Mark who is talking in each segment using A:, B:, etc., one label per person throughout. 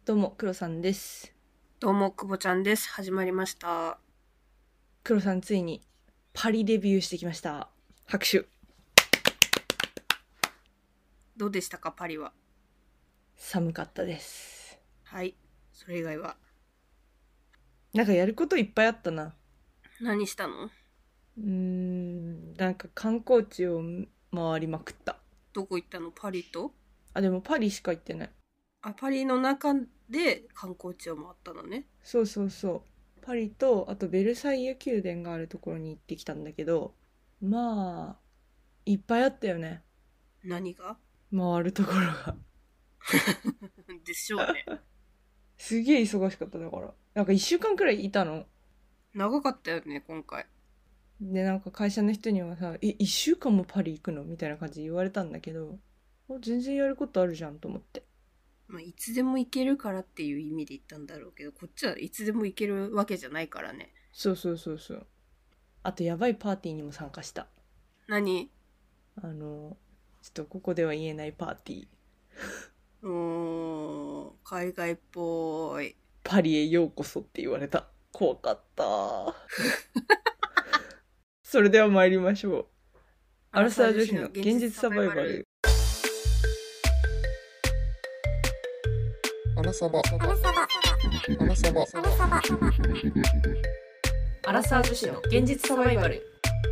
A: どうも、黒さんです。
B: どうも、くぼちゃんです。始まりました。
A: 黒さん、ついにパリデビューしてきました。拍手。
B: どうでしたか、パリは。
A: 寒かったです。
B: はい。それ以外は。
A: なんかやることいっぱいあったな。
B: 何したの？
A: なんか観光地を回りまくった。
B: どこ行ったの？パリと？
A: あ、でもパリしか行ってない。
B: あ、パリの中で観光地を回ったのね。
A: そうそうそう。パリと、あとベルサイユ宮殿があるところに行ってきたんだけど、まあ、いっぱいあったよね。
B: 何が？
A: 回るところが。
B: でしょうね。
A: すげえ忙しかっただから。なんか一週間くらいいたの。
B: 長かったよね、今回。
A: で、なんか会社の人にはさ、一週間もパリ行くのみたいな感じで言われたんだけど、全然やることあるじゃんと思って。
B: まあ、いつでも行けるからっていう意味で言ったんだろうけど、こっちはいつでも行けるわけじゃないからね。
A: そうそうそうそう。あと、やばいパーティーにも参加した。
B: 何？
A: あの、ちょっとここでは言えないパーティー。
B: 海外っぽい。
A: パリへようこそって言われた。怖かった。それでは参りましょう。
B: ア
A: アラ
B: ラサー女子
A: サー女子の
B: の現実
A: 現実サ
B: サバイバル。
A: バイバル。
C: アラサバ。アラサバ。アラサバ。
A: アラサー女子の現実サバイバル。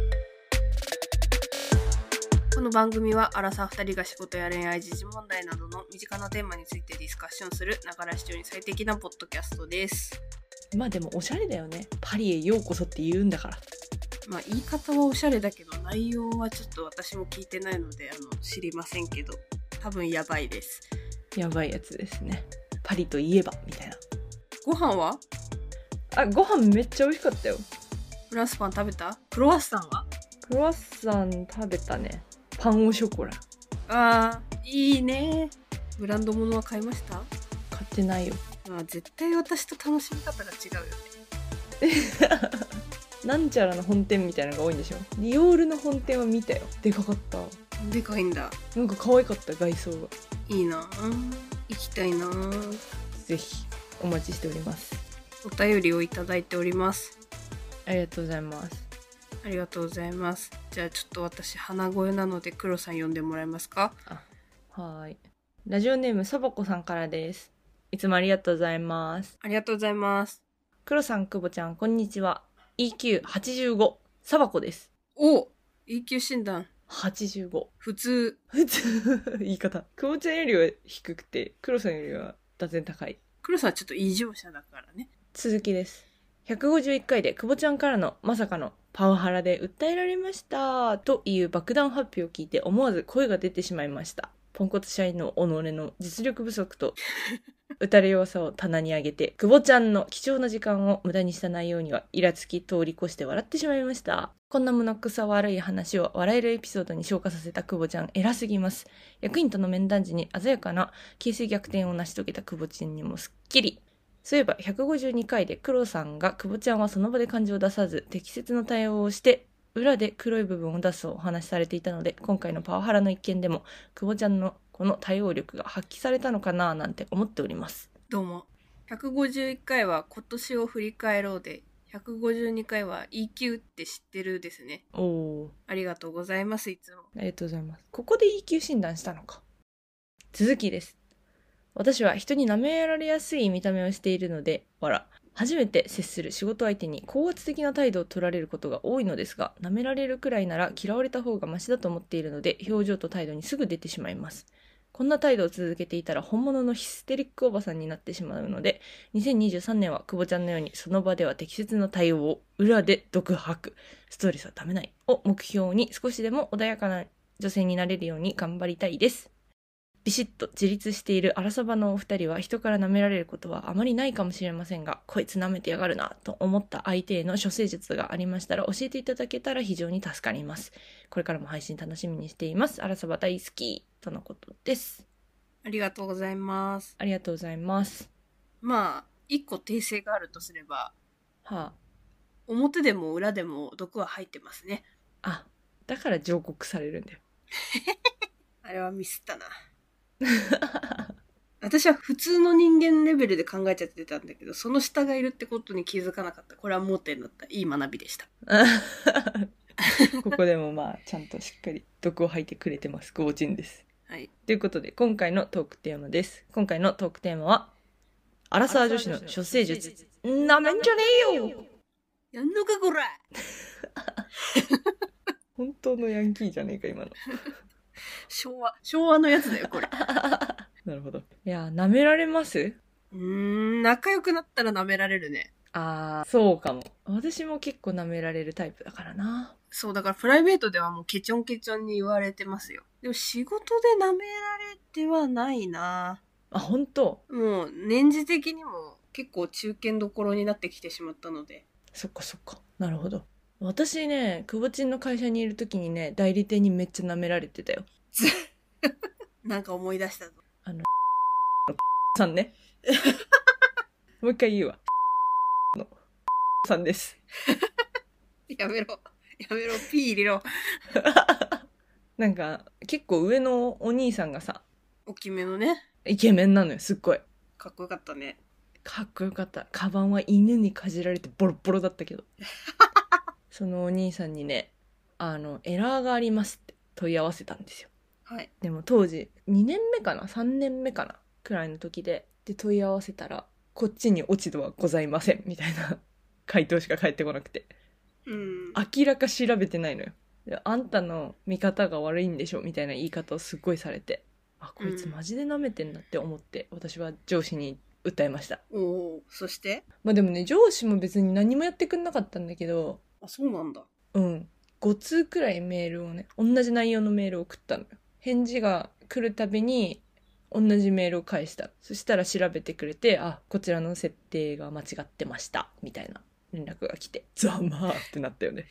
B: この番組はアラサー2人が仕事や恋愛時事問題などの身近なテーマについてディスカッションするながら視聴に最適なポッドキャストです。
A: まあでもおしゃれだよね。パリへようこそって言うんだから。
B: まあ言い方はおしゃれだけど内容はちょっと私も聞いてないので知りませんけど、多分やばいです。
A: やばいやつですね。パリといえばみたいな。
B: ご飯は？
A: あ、ご飯めっちゃ美味しかったよ。
B: フランスパン食べた？クロワッサンは？
A: クロワッサン食べたね。パンオショコラ。
B: あー、いいね。ブランド物は買いました？
A: 買ってないよ。
B: まあ絶対私と楽しみ方が違うよね。
A: なんちゃらの本店みたいなのが多いんでしょ。ディオールの本店は見たよ。でかかった。
B: でかいんだ。
A: なんか可愛かった、外装が。
B: いいな。行きたいな。
A: ぜひお待ちしております。
B: お便りをいただいております。
A: ありがとうございます。
B: ありがとうございます。じゃあちょっと私鼻声なので黒さん呼んでもらえますか？
A: はい。ラジオネームそばこさんからです。いつもありがとうございます。
B: ありがとうございます。
A: 黒さん、くぼちゃん、こんにちは。EQ85、さばこです。
B: お EQ 診断。
A: 85。
B: 普通。
A: 普通、言い方。くぼちゃんよりは低くて、黒さんよりは断然高い。
B: 黒さんはちょっと異常者だからね。
A: 続きです。151回でくぼちゃんからのまさかのパワハラで訴えられましたという爆弾発表を聞いて思わず声が出てしまいました。ポンコツ社員の己の実力不足と打たれ弱さを棚に上げて、くぼちゃんの貴重な時間を無駄にした内容にはイラつき通り越して笑ってしまいました。こんな胸くそ悪い話を笑えるエピソードに昇華させたくぼちゃん偉すぎます。役員との面談時に鮮やかな形勢逆転を成し遂げたくぼちゃんにもすっきり。そういえば152回で黒さんがくぼちゃんはその場で感情を出さず適切な対応をして裏で黒い部分を出すとお話しされていたので、今回のパワハラの一件でもくぼちゃんのこの対応力が発揮されたのかななんて思っております。
B: どうも。151回は今年を振り返ろうで、152回は EQ って知ってるですね。
A: おー、
B: ありがとうございます、いつも。
A: ありがとうございます。ここで EQ 診断したのか。続きです。私は人に舐められやすい見た目をしているので、初めて接する仕事相手に高圧的な態度を取られることが多いのですが、舐められるくらいなら嫌われた方がマシだと思っているので、表情と態度にすぐ出てしまいます。こんな態度を続けていたら本物のヒステリックおばさんになってしまうので、2023年は久保ちゃんのようにその場では適切な対応を、裏で独白、ストレスはためないを目標に少しでも穏やかな女性になれるように頑張りたいです。ビシッと自立している荒さばのお二人は人から舐められることはあまりないかもしれませんが、こいつ舐めてやがるなと思った相手への処世術がありましたら教えていただけたら非常に助かります。これからも配信楽しみにしています。荒さば大好きとのことです。
B: ありがとうございます。
A: ありがとうございます。
B: まあ、一個訂正があるとすれば、
A: は
B: 表でも裏でも毒は入ってますね。
A: あ、だから上告されるんだよ。
B: あれはミスったな。 私は普通の人間レベルで考えちゃってたんだけど、その下がいるってことに気づかなかった。これは盲点だった。いい学びでした。
A: ここでもまあちゃんとしっかり毒を吐いてくれてます。ゴーチンです。
B: はい。
A: ということで今回のトークテーマです。今回のトークテーマはアラサー女子の処世術。なめんじゃねえよ。
B: やんのかこら。
A: 本当のヤンキーじゃねえか今の。
B: 昭和のやつだよこれ。
A: なるほど。いや舐められます？
B: 仲良くなったら舐められるね。
A: そうかも。私も結構舐められるタイプだからな。
B: そう、だからプライベートではもうケチョンケチョンに言われてますよ。でも仕事で舐められてはないな。
A: 本当？
B: もう年次的にも結構中堅どころになってきてしまったので。
A: そっか。なるほど。私ね、くぼちんの会社にいる時にね、代理店にめっちゃ舐められてたよ。
B: なんか思い出したぞ。
A: さんね。もう一回言うわ。のさんです。
B: やめろ、ピー入れろ。
A: なんか、結構上のお兄さんがさ、
B: 大きめのね。
A: イケメンなのよ、すっごい。
B: かっこよかったね。
A: かっこよかった。カバンは犬にかじられてボロボロだったけど。そのお兄さんにね、エラーがありますって問い合わせたんですよ。
B: はい。
A: でも当時、2年目かな ?3 年目かなくらいの時で、問い合わせたら、こっちに落ち度はございません。みたいな回答しか返ってこなくて。明らか調べてないのよ。であんたの見方が悪いんでしょみたいな言い方をすっごいされて、こいつマジで舐めてんだって思って、私は上司に訴えました。
B: そして
A: でもね、上司も別に何もやってくんなかったんだけど。
B: そうなんだ。
A: 5通くらいメールをね、同じ内容のメールを送ったのよ。返事が来るたびに同じメールを返した。そしたら調べてくれて、こちらの設定が間違ってましたみたいな連絡が来て、ざまーってなったよね。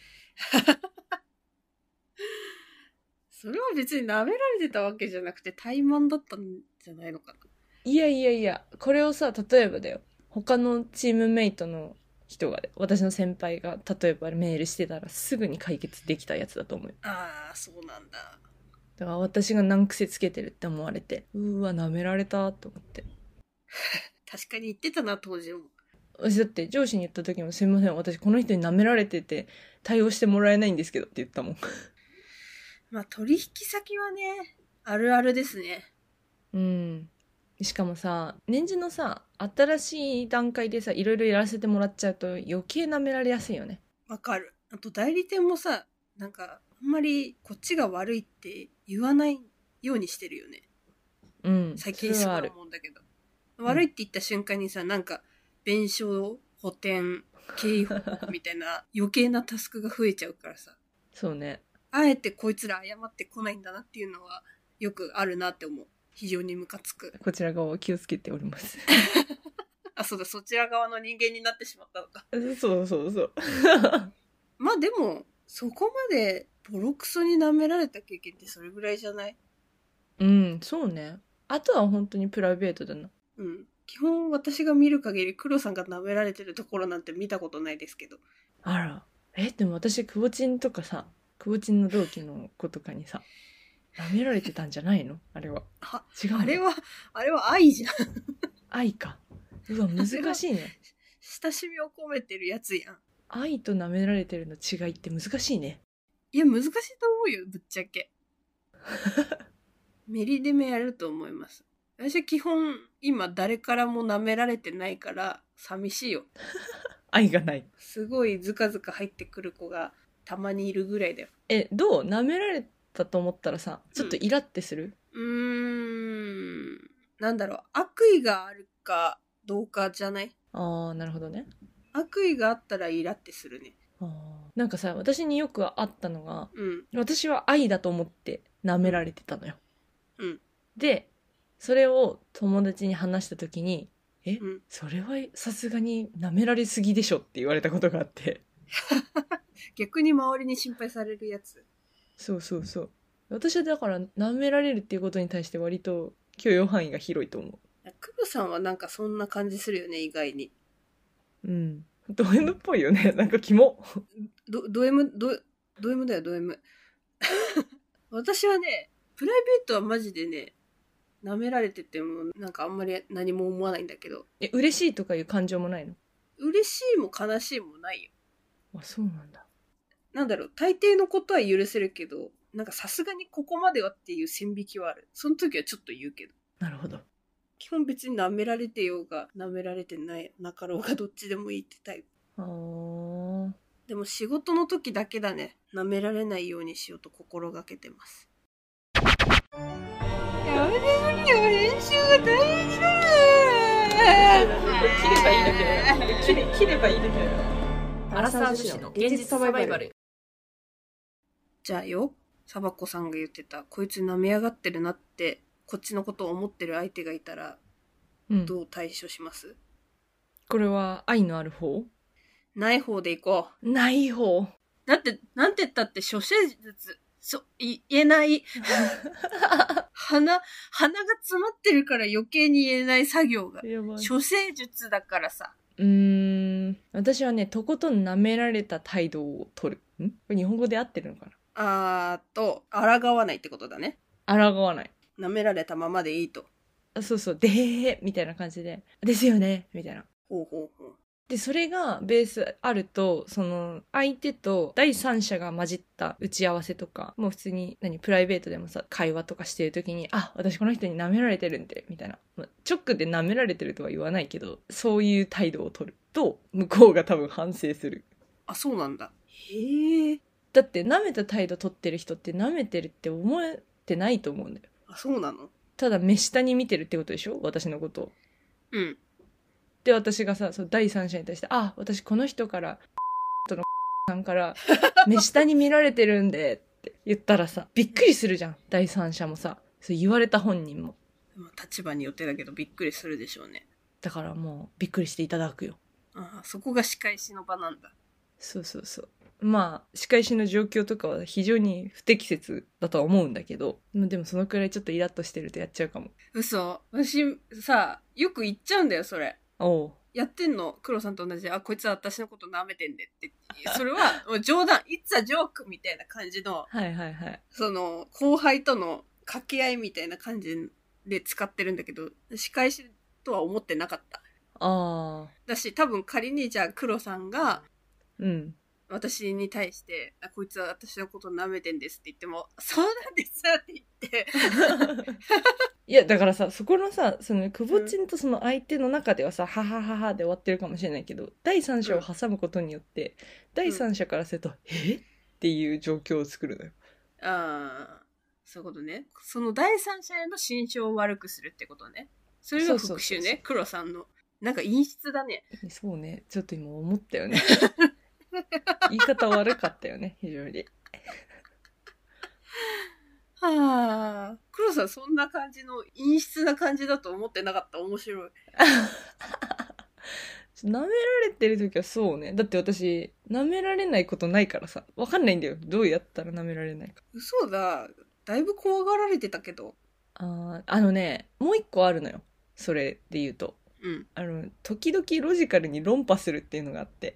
B: それは別に舐められてたわけじゃなくて怠慢だったんじゃないのかな。
A: いや、これをさ、例えばだよ、他のチームメイトの人が、私の先輩が例えばメールしてたらすぐに解決できたやつだと思う。
B: そうなんだ。
A: だから私が難癖つけてるって思われて、舐められたと思って。
B: 確かに言ってたな、当時も。
A: 私だって上司に言った時も、すいません、私この人に舐められてて対応してもらえないんですけどって言ったもん。
B: 取引先はね、あるあるですね。
A: しかもさ、年次のさ、新しい段階でさ、いろいろやらせてもらっちゃうと余計舐められやすいよね。
B: わかる。あと代理店もさ、なんかあんまりこっちが悪いって言わないようにしてるよね。最近すごい思うんだけど。悪いって言った瞬間にさ、なんか弁償、補填、経緯報告みたいな余計なタスクが増えちゃうからさ。
A: そうね。
B: あえてこいつら謝ってこないんだなっていうのはよくあるなって思う。非常にムカつく。
A: こちら側を気をつけております。
B: そうだ、そちら側の人間になってしまったのか。
A: そう。
B: でも、そこまでボロクソに舐められた経験ってそれぐらいじゃない？
A: そうね。あとは本当にプライベートだな。
B: 基本私が見る限り黒さんが舐められてるところなんて見たことないですけど。
A: あら。でも私、くぼちんとかさ、くぼちんの同期の子とかにさ、舐められてたんじゃないの？あれは。違うの？
B: あれは愛じゃん。
A: 愛か。難しいね。
B: 親しみを込めてるやつやん。
A: 愛と舐められてるの違いって難しいね。
B: いや、難しいと思うよ、ぶっちゃけ。メリデメやると思います。私は基本、今誰からも舐められてないから、寂しいよ。
A: 愛がない。
B: すごいズカズカ入ってくる子がたまにいるぐらいだよ。
A: どう？舐められたと思ったらさ、ちょっとイラってする？
B: なんだろう、悪意があるかどうかじゃない？
A: なるほどね。
B: 悪意があったらイラってするね。
A: なんかさ、私によくあったのが、私は愛だと思って舐められてたのよ。で、それを友達に話した時に、それはさすがに舐められすぎでしょって言われたことがあって。
B: 逆に周りに心配されるやつ。
A: そう。私はだから舐められるっていうことに対して割と許容範囲が広いと思う。
B: クブさんはなんかそんな感じするよね、意外に。
A: ド M っぽいよね。なんかキモ。
B: ド M だよ、ド M。私はね、プライベートはマジでね、 舐められててもなんかあんまり何も思わないんだけど。
A: 嬉しいとかいう感情もないの？
B: 嬉しいも悲しいもないよ。
A: あ、そうなんだ。
B: なんだろう、大抵のことは許せるけど、なんかさすがにここまではっていう線引きはある。その時はちょっと言うけど。
A: なるほど。
B: 基本別に舐められてようが舐められてなかろうがどっちでもいいってタイプ。でも仕事の時だけだね。舐められないようにしようと心がけてます。やめてくれよ、編集が大事だ
A: 切ればいいだけだよ。切ればいいだけだよ。
D: アラサー女子の現実サバイバル。
B: じゃあよ、サバコさんが言ってた、こいつ舐めやがってるなって、こっちのことを思ってる相手がいたら、どう対処します？
A: これは愛のある方？ない
B: 方でいこ
A: う。ない方。
B: だって、なんて言ったって処世術、言えない。鼻が詰まってるから余計に言えない作業が。処世術だからさ。
A: 私はね、とことん舐められた態度を取る。これ日本語で合ってるのかな？
B: 抗わないってことだね。
A: 抗わない。
B: 舐められたままでいいと。
A: そうそう、でーみたいな感じで。ですよねみたいな。
B: ほうほうほう。
A: で、それがベースあると、その相手と第三者が混じった打ち合わせとか、もう普通にプライベートでもさ、会話とかしてる時に、あ、私この人に舐められてるんで、みたいな。直で舐められてるとは言わないけど、そういう態度を取ると、向こうが多分反省する。
B: あ、そうなんだ。へえ。
A: だって舐めた態度取ってる人って舐めてるって思えてないと思うんだよ。
B: あ、そうなの？
A: ただ目下に見てるってことでしょ？私のことを。
B: うん。
A: で、私がさ、その第三者に対して、あ、私この人からさんから目下に見られてるんでって言ったらさ、びっくりするじゃん。第三者もさ、そう言われた本人も。
B: 立場によってだけどびっくりするでしょうね。
A: だからもうびっくりしていただくよ。
B: ああ、そこが仕返しの場なんだ。
A: そうそうそう。まあ仕返しの状況とかは非常に不適切だとは思うんだけど、でもそのくらいちょっとイラッとしてるとやっちゃうかも。
B: 嘘。私さ、よく言っちゃうんだよそれ。
A: おう。
B: やってんの、黒さんと同じで、あ、こいつは私のこと舐めてんでって。それは、もう冗談、It's a joke みたいな感じの、
A: はいはいはい。
B: その、後輩との掛け合いみたいな感じで使ってるんだけど、仕返しとは思ってなかった。
A: ああ。
B: だし、多分仮にじゃあ黒さんが、
A: うん。
B: 私に対して、あ、こいつは私のこと舐めてんですって言っても、そうなんですって言って。
A: いや、だからさ、そこのさ、その、くぼちんとその相手の中ではさ、ははははで終わってるかもしれないけど、第三者を挟むことによって、第三者からすると、っていう状況を作るのよ。
B: ああ、そういうことね。その第三者への心象を悪くするってことね。それが復讐ね、黒さんの。なんか陰湿だね。
A: そうね、ちょっと今思ったよね。言い方悪かったよね、非常に。
B: はあ、黒さんそんな感じの陰湿な感じだと思ってなかった。面白い。
A: 舐められてる時はそうね。だって私舐められないことないからさ、わかんないんだよ、どうやったら舐められないか。
B: 嘘だ、だいぶ怖がられてたけど。
A: もう一個あるのよ、それで言うと。時々ロジカルに論破するっていうのがあって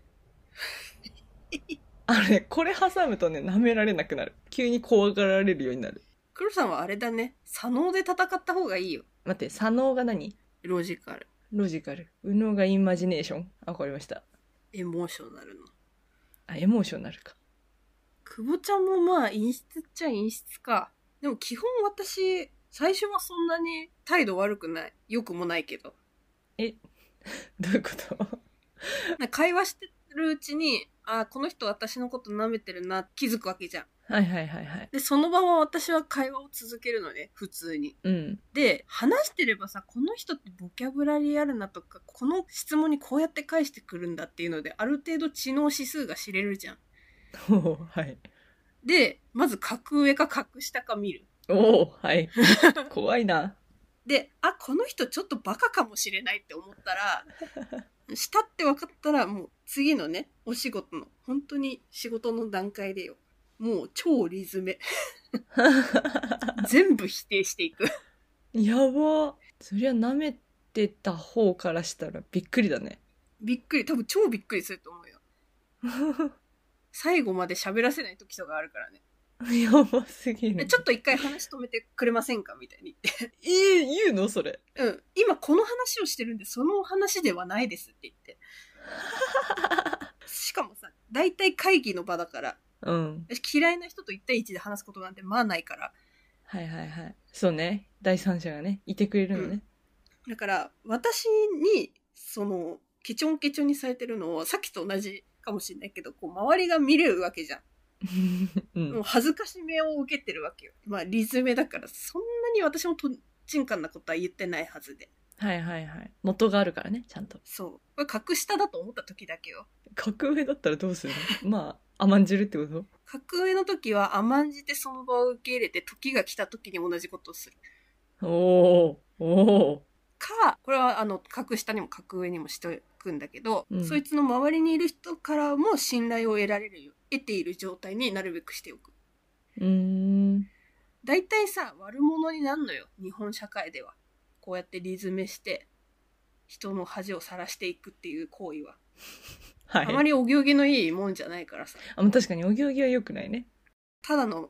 A: これ挟むとね、舐められなくなる。急に怖がられるようになる。
B: 黒さんはあれだね、左脳で戦った方がいいよ。
A: 待って、左脳が何？
B: ロジカル。右
A: 脳がイマジネーション。わかりました。
B: エモーショナルの。
A: エモーショナルか。
B: 久保ちゃんもまあ陰湿っちゃ陰湿か。でも基本私、最初はそんなに態度悪くない。良くもないけど。
A: どういうこと？
B: 会話してるうちに、あ、この人私のこと舐めてるな、気づくわけじゃん。
A: はいはいはいはい。
B: で、そのまま私は会話を続けるのね、普通に。
A: うん。で、
B: 話してればさ、この人ってボキャブラリーあるなとか、この質問にこうやって返してくるんだっていうので、ある程度知能指数が知れるじゃん。
A: はい。
B: で、まず格上か格下か見る。
A: はい。怖いな。
B: で、あ、この人ちょっとバカかもしれないって思ったら、したって分かったら、もう次のね、お仕事の、本当に仕事の段階でよ。もう超リズメ。全部否定していく。
A: やば。そりゃ舐めてた方からしたらびっくりだね。
B: びっくり。多分超びっくりすると思うよ。最後まで喋らせない時とかあるからね。
A: やばすぎる。
B: ちょっと一回話止めてくれませんかみたいに言って。
A: 言うのそれ。
B: うん。今この話をしてるんで、その話ではないですって言って。しかもさ、大体会議の場だから。
A: うん。
B: 私嫌いな人と1対1で話すことなんてまあないから。
A: はいはいはい。そうね。第三者がね、いてくれるのね。
B: だから、私に、ケチョンケチョンにされてるのを、さっきと同じかもしれないけど、こう、周りが見れるわけじゃん。うん、もう恥ずかしめを受けてるわけよ。まあ、リズメだから、そんなに私もとんちんかんなことは言ってないはずで。
A: はいはいはい。元があるからね、ちゃんと。
B: そう。これ格下だと思った時だけよ。
A: 格上だったらどうするの？まあ、甘んじるってこと？
B: 格上の時は甘んじてその場を受け入れて、時が来た時に同じことをする。
A: おー。
B: か、これは格下にも格上にもしておくんだけど、
A: うん、
B: そいつの周りにいる人からも信頼を得ている状態になるべくしておく。大体さ、悪者になるのよ、日本社会では。こうやってリズメして、人の恥をさらしていくっていう行為は。はい。あまりお行儀のいいもんじゃないからさ。
A: 確かにお行儀は良くないね。
B: ただの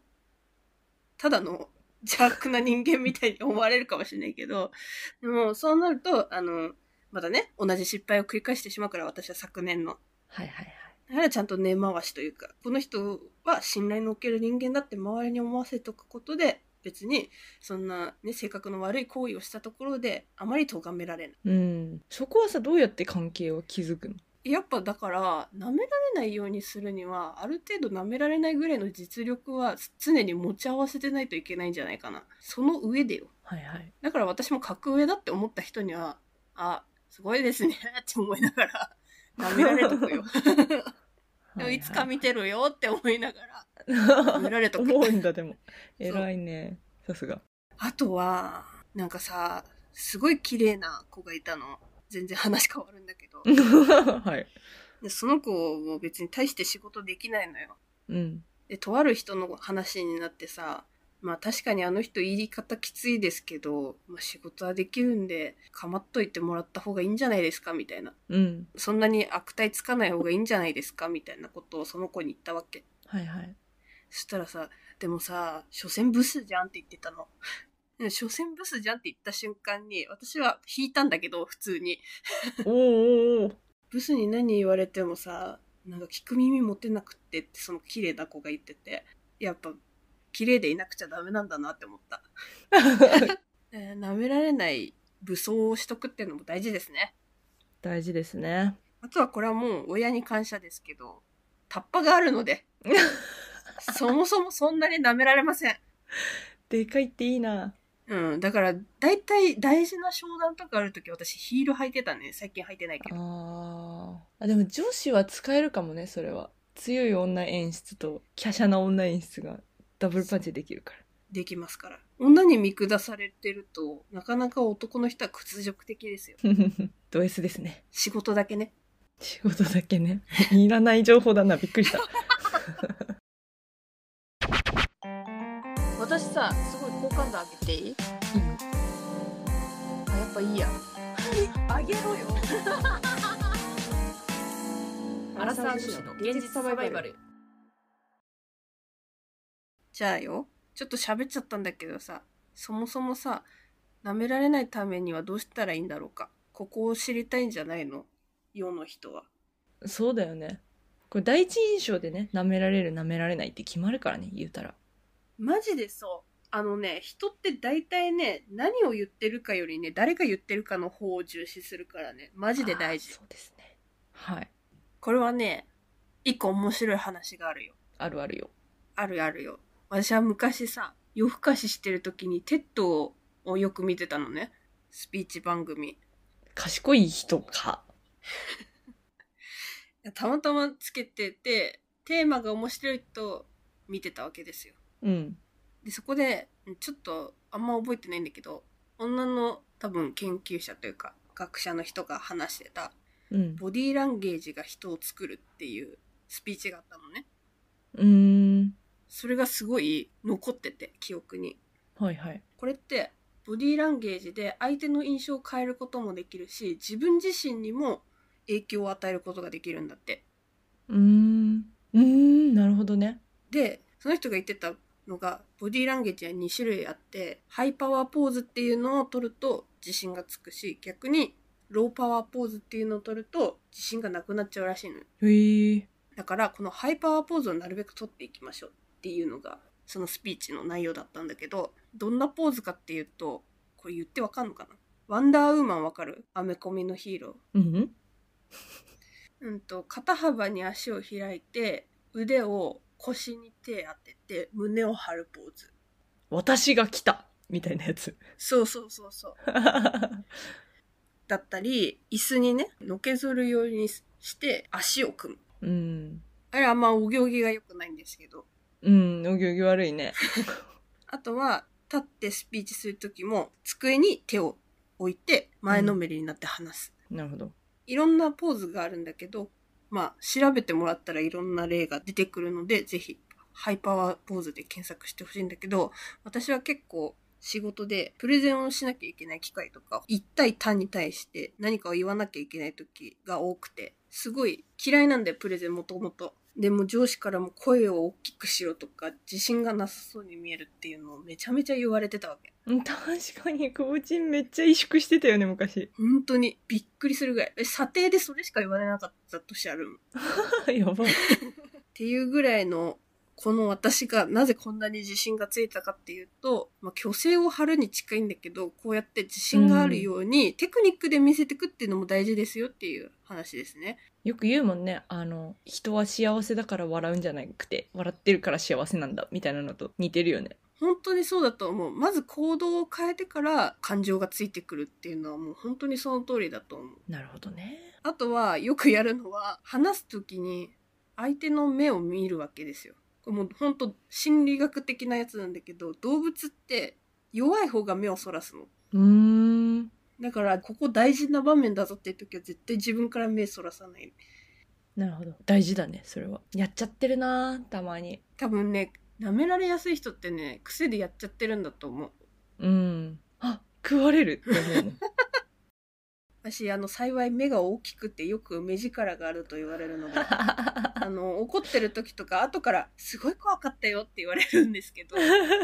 B: 邪悪な人間みたいに思われるかもしれないけど、でもそうなると、またね、同じ失敗を繰り返してしまうから、私は昨年の。
A: はいはいはい。
B: だからちゃんと根回しというか、この人は信頼のおける人間だって周りに思わせておくことで、別にそんなね、性格の悪い行為をしたところであまり咎められない。
A: うん。そこはさ、どうやって関係を築くの？
B: やっぱだから舐められないようにするにはある程度舐められないぐらいの実力は常に持ち合わせてないといけないんじゃないかな。その上でよ。はいはい。だから私も格上だって思った人には、あ、すごいですねって思いながら舐められとくよ。でもいつか見てるよって思いながら舐められとく。
A: 思うんだでも。偉いね。さすが。
B: あとはなんかさ、すごい綺麗な子がいたの。全然話変わるんだけど。はい。でその子も別に大して仕事できないのよ。うん。で、とある人の話になってさ、まあ確かにあの人言い方きついですけど、まあ仕事はできるんで、構っといてもらった方がいいんじゃないですかみたいな。うん。そんなに悪態つかない方がいいんじゃないですかみたいなことをその子に言ったわけ。はいはい。そしたらさ、でもさ、所詮ブスじゃんって言ってたの。所詮ブスじゃんって言った瞬間に、私は引いたんだけど、普通に。おー。ブスに何言われてもさ、なんか聞く耳持てなくってってその綺麗な子が言ってて、やっぱ綺麗でいなくちゃダメなんだなって思った。舐められない武装をしとくっていうのも大事ですね。大事ですね。あとはこれはもう親に感謝ですけど、タッパがあるので、そもそもそんなに舐められません。でかいっていいな。うん。だから、だいたい大事な商談とかあるとき私ヒール履いてたね。最近履いてないけど。でも女子は使えるかもね、それは。強い女演出と華奢な女演出がダブルパンチできるから。できますから。女に見下されてると、なかなか男の人は屈辱的ですよ。ド S ですね。仕事だけね。仕事だけね。いらない情報だな。びっくりした。
D: 私さ、すごい好感度上げていい？あ、やっぱいいや。
B: あげろよ。
D: アラサー女子の現実サバイバル。
B: じゃあよ、ちょっと喋っちゃったんだけどさ、そもそもさ、舐められないためにはどうしたらいいんだろうか。ここを知りたいんじゃないの？世の人は。そうだよね。これ第一印象でね、舐められる舐められないって決まるからね、言うたら。マジでそう。人って大体ね、何を言ってるかよりね、誰が言ってるかの方を重視するからね、マジで大事。そうですね。はい。これはね、一個面白い話があるよ。あるあるよ。あるあるよ。私は昔さ、夜更かししてる時にテッドをよく見てたのね。スピーチ番組。賢い人か。たまたまつけてて、テーマが面白いと見てたわけですよ。うん。で、そこで、ちょっとあんま覚えてないんだけど、女の多分研究者というか、学者の人が話してた、ボディーランゲージが人を作るっていうスピーチがあったのね。それがすごい残ってて、記憶に。はいはい。これって、ボディーランゲージで相手の印象を変えることもできるし、自分自身にも影響を与えることができるんだって。なるほどね。で、 その人が言ってたのが、ボディーランゲージは2種類あって、ハイパワーポーズっていうのを取ると自信がつくし、逆にローパワーポーズっていうのを取ると自信がなくなっちゃうらしいのよ。だからこのハイパワーポーズをなるべく取っていきましょうっていうのがそのスピーチの内容だったんだけど、どんなポーズかっていうと、これ言ってわかんのかな？ワンダーウーマンわかる？アメコミのヒーロー。肩幅に足を開いて腕を腰に手当てて胸を張るポーズ。
A: 私が来たみたいなやつ。
B: そうだったり、椅子にねのけぞるようにして足を組む。あれあんまお行儀が良くないんですけど。
A: お行儀悪いね。
B: あとは立ってスピーチするときも机に手を置いて前のめりになって話す。
A: なるほど。
B: いろんなポーズがあるんだけど、調べてもらったらいろんな例が出てくるので、ぜひハイパワーポーズで検索してほしいんだけど、私は結構仕事でプレゼンをしなきゃいけない機会とか、1対単に対して何かを言わなきゃいけない時が多くて、すごい嫌いなんだよ、プレゼンもともと。でも上司からも声を大きくしろとか、自信がなさそうに見えるっていうのをめちゃめちゃ言われてたわけ。
A: 確かに、コーチンめっちゃ萎縮してたよね、昔。
B: 本当にびっくりするぐらい。査定でそれしか言われなかった年あるもん。
A: やばい。
B: っていうぐらいの、この私がなぜこんなに自信がついたかっていうと、虚勢を張るに近いんだけど、こうやって自信があるように、テクニックで見せていくっていうのも大事ですよっていう話ですね。
A: よく言うもんね。人は幸せだから笑うんじゃなくて、笑ってるから幸せなんだみたいなのと似てるよね。
B: 本当にそうだと思う。まず行動を変えてから感情がついてくるっていうのはもう本当にその通りだと思う。
A: なるほどね。
B: あとはよくやるのは、話すときに相手の目を見るわけですよ。もう本当心理学的なやつなんだけど、動物って弱い方が目をそらすの。だからここ大事な場面だぞっていう時は絶対自分から目そらさない。
A: なるほど。大事だね、それは。やっちゃってるな、たまに。
B: 多分ね、舐められやすい人ってね、癖でやっちゃってるんだと思う。
A: 食われるって思うの。
B: 私幸い目が大きくてよく目力があると言われるので怒ってる時とか後からすごい怖かったよって言われるんですけど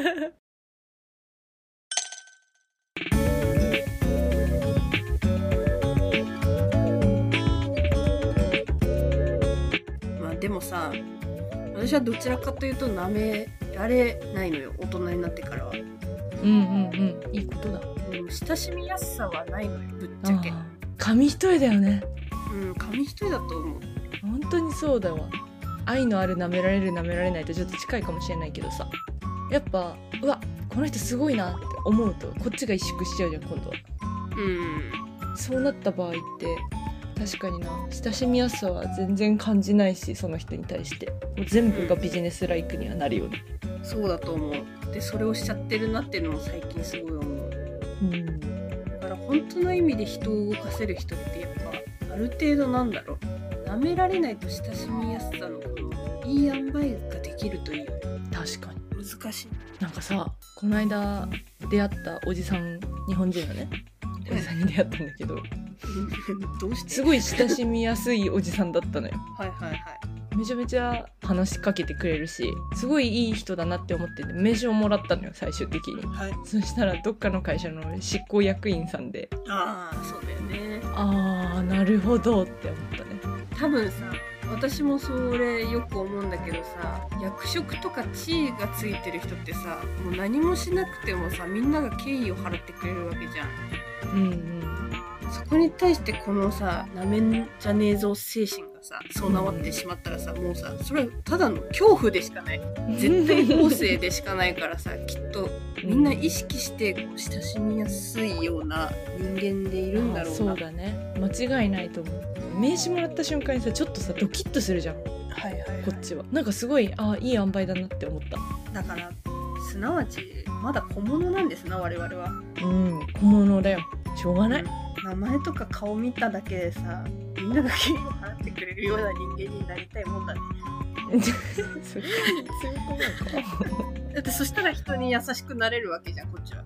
B: でもさ、私はどちらかというと舐められないのよ、大人になってからは。
A: いいことだ。
B: 親しみやすさはないのよ、ぶっちゃけ。
A: 紙一重だよね。
B: 紙一重だと思う。
A: 本当にそうだわ。愛のある舐められる舐められないとちょっと近いかもしれないけどさ、やっぱうわこの人すごいなって思うとこっちが萎縮しちゃうじゃん、今度は。そうなった場合って確かにな、親しみやすさは全然感じないし、その人に対してもう全部がビジネスライクにはなるよね。
B: そうだと思う。でそれをしちゃってるなっていうのも最近すごい思う。だから本当の意味で人を動かせる人ってやっぱある程度なんだろう、舐められないと親しみやすさのいい塩梅ができるという。
A: 確かに
B: 難しい。
A: なんかさ、この間出会ったおじさん、日本人のねおじさんに出会ったんだけど
B: どうして
A: すごい親しみやすいおじさんだったのよ。めちゃめちゃ話しかけてくれるし、すごいいい人だなって思ってて名刺をもらったのよ、最終的に。そしたらどっかの会社の執行役員さんで、
B: そうだよね。
A: なるほどって思ったね。
B: 多分さ、私もそれよく思うんだけどさ、役職とか地位がついてる人ってさ、もう何もしなくてもさ、みんなが敬意を払ってくれるわけじゃん。そこに対してこのさ、なめんじゃねえぞ精神がさ、備わってしまったらさ、もうさ、それはただの恐怖でしかない。絶対法制でしかないからさ、きっとみんな意識してこう親しみやすいような人間でいるんだろうな。
A: そうだね、間違いないと思う。名刺もらった瞬間にさ、ちょっとさドキッとするじゃん。こっちはなんかすごいいい塩梅だなって思った。
B: だからすなわちまだ小物なんですな、我々は。
A: 小物だよ、しょうがない。
B: 名前とか顔見ただけでさ、みんなが敬意を払ってくれるような人間になりたいもんだね。
A: それ強くないか。
B: だってそしたら人に優しくなれるわけじゃん、こっちは。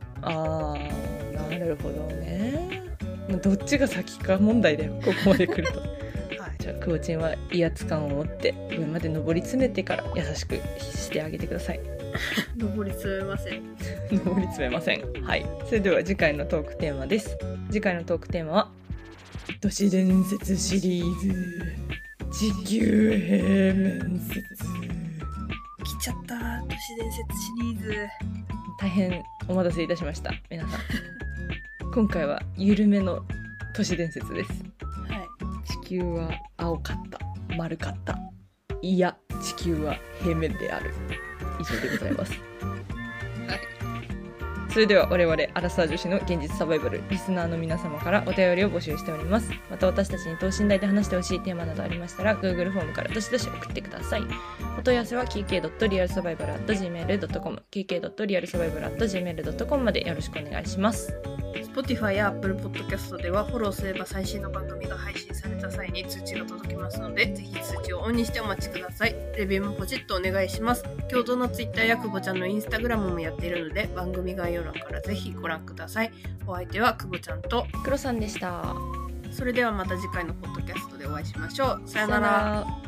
A: なるほどね。どっちが先か問題だよ、ここまで来ると。
B: じ
A: しょう。くぼちんは威圧感を持って上まで上り詰めてから優しくしてあげてください。
B: 上り詰めません。
A: 上り詰めません。はい。それでは次回のトークテーマです。次回のトークテーマは都市伝説シリーズ地球平面説。
B: 来ちゃった都市伝説シリーズ。
A: 大変お待たせいたしました皆さん。今回は緩めの都市伝説です。
B: はい。
A: 地球は青かった、丸かった、いや地球は平面である。以上でございます。
B: はい。
A: それでは我々アラサー女子の現実サバイバル、リスナーの皆様からお便りを募集しております。また私たちに等身大で話してほしいテーマなどありましたら Google フォームからどしどし送ってください。お問い合わせは kk.realsurvival@gmail.com kk.realsurvival@gmail.com までよろしくお願いします。
B: Spotify や Apple Podcast ではフォローすれば最新の番組が配信された際に通知が届きますので、ぜひ通知をオンにしてお待ちください。レビューもポチッとお願いします。共同の Twitter やくぼちゃんの Instagram もやっているので、番組概要欄からぜひご覧ください。お相手はくぼちゃんと
A: 黒さんでした。
B: それではまた次回のポッドキャストでお会いしましょう。さよなら。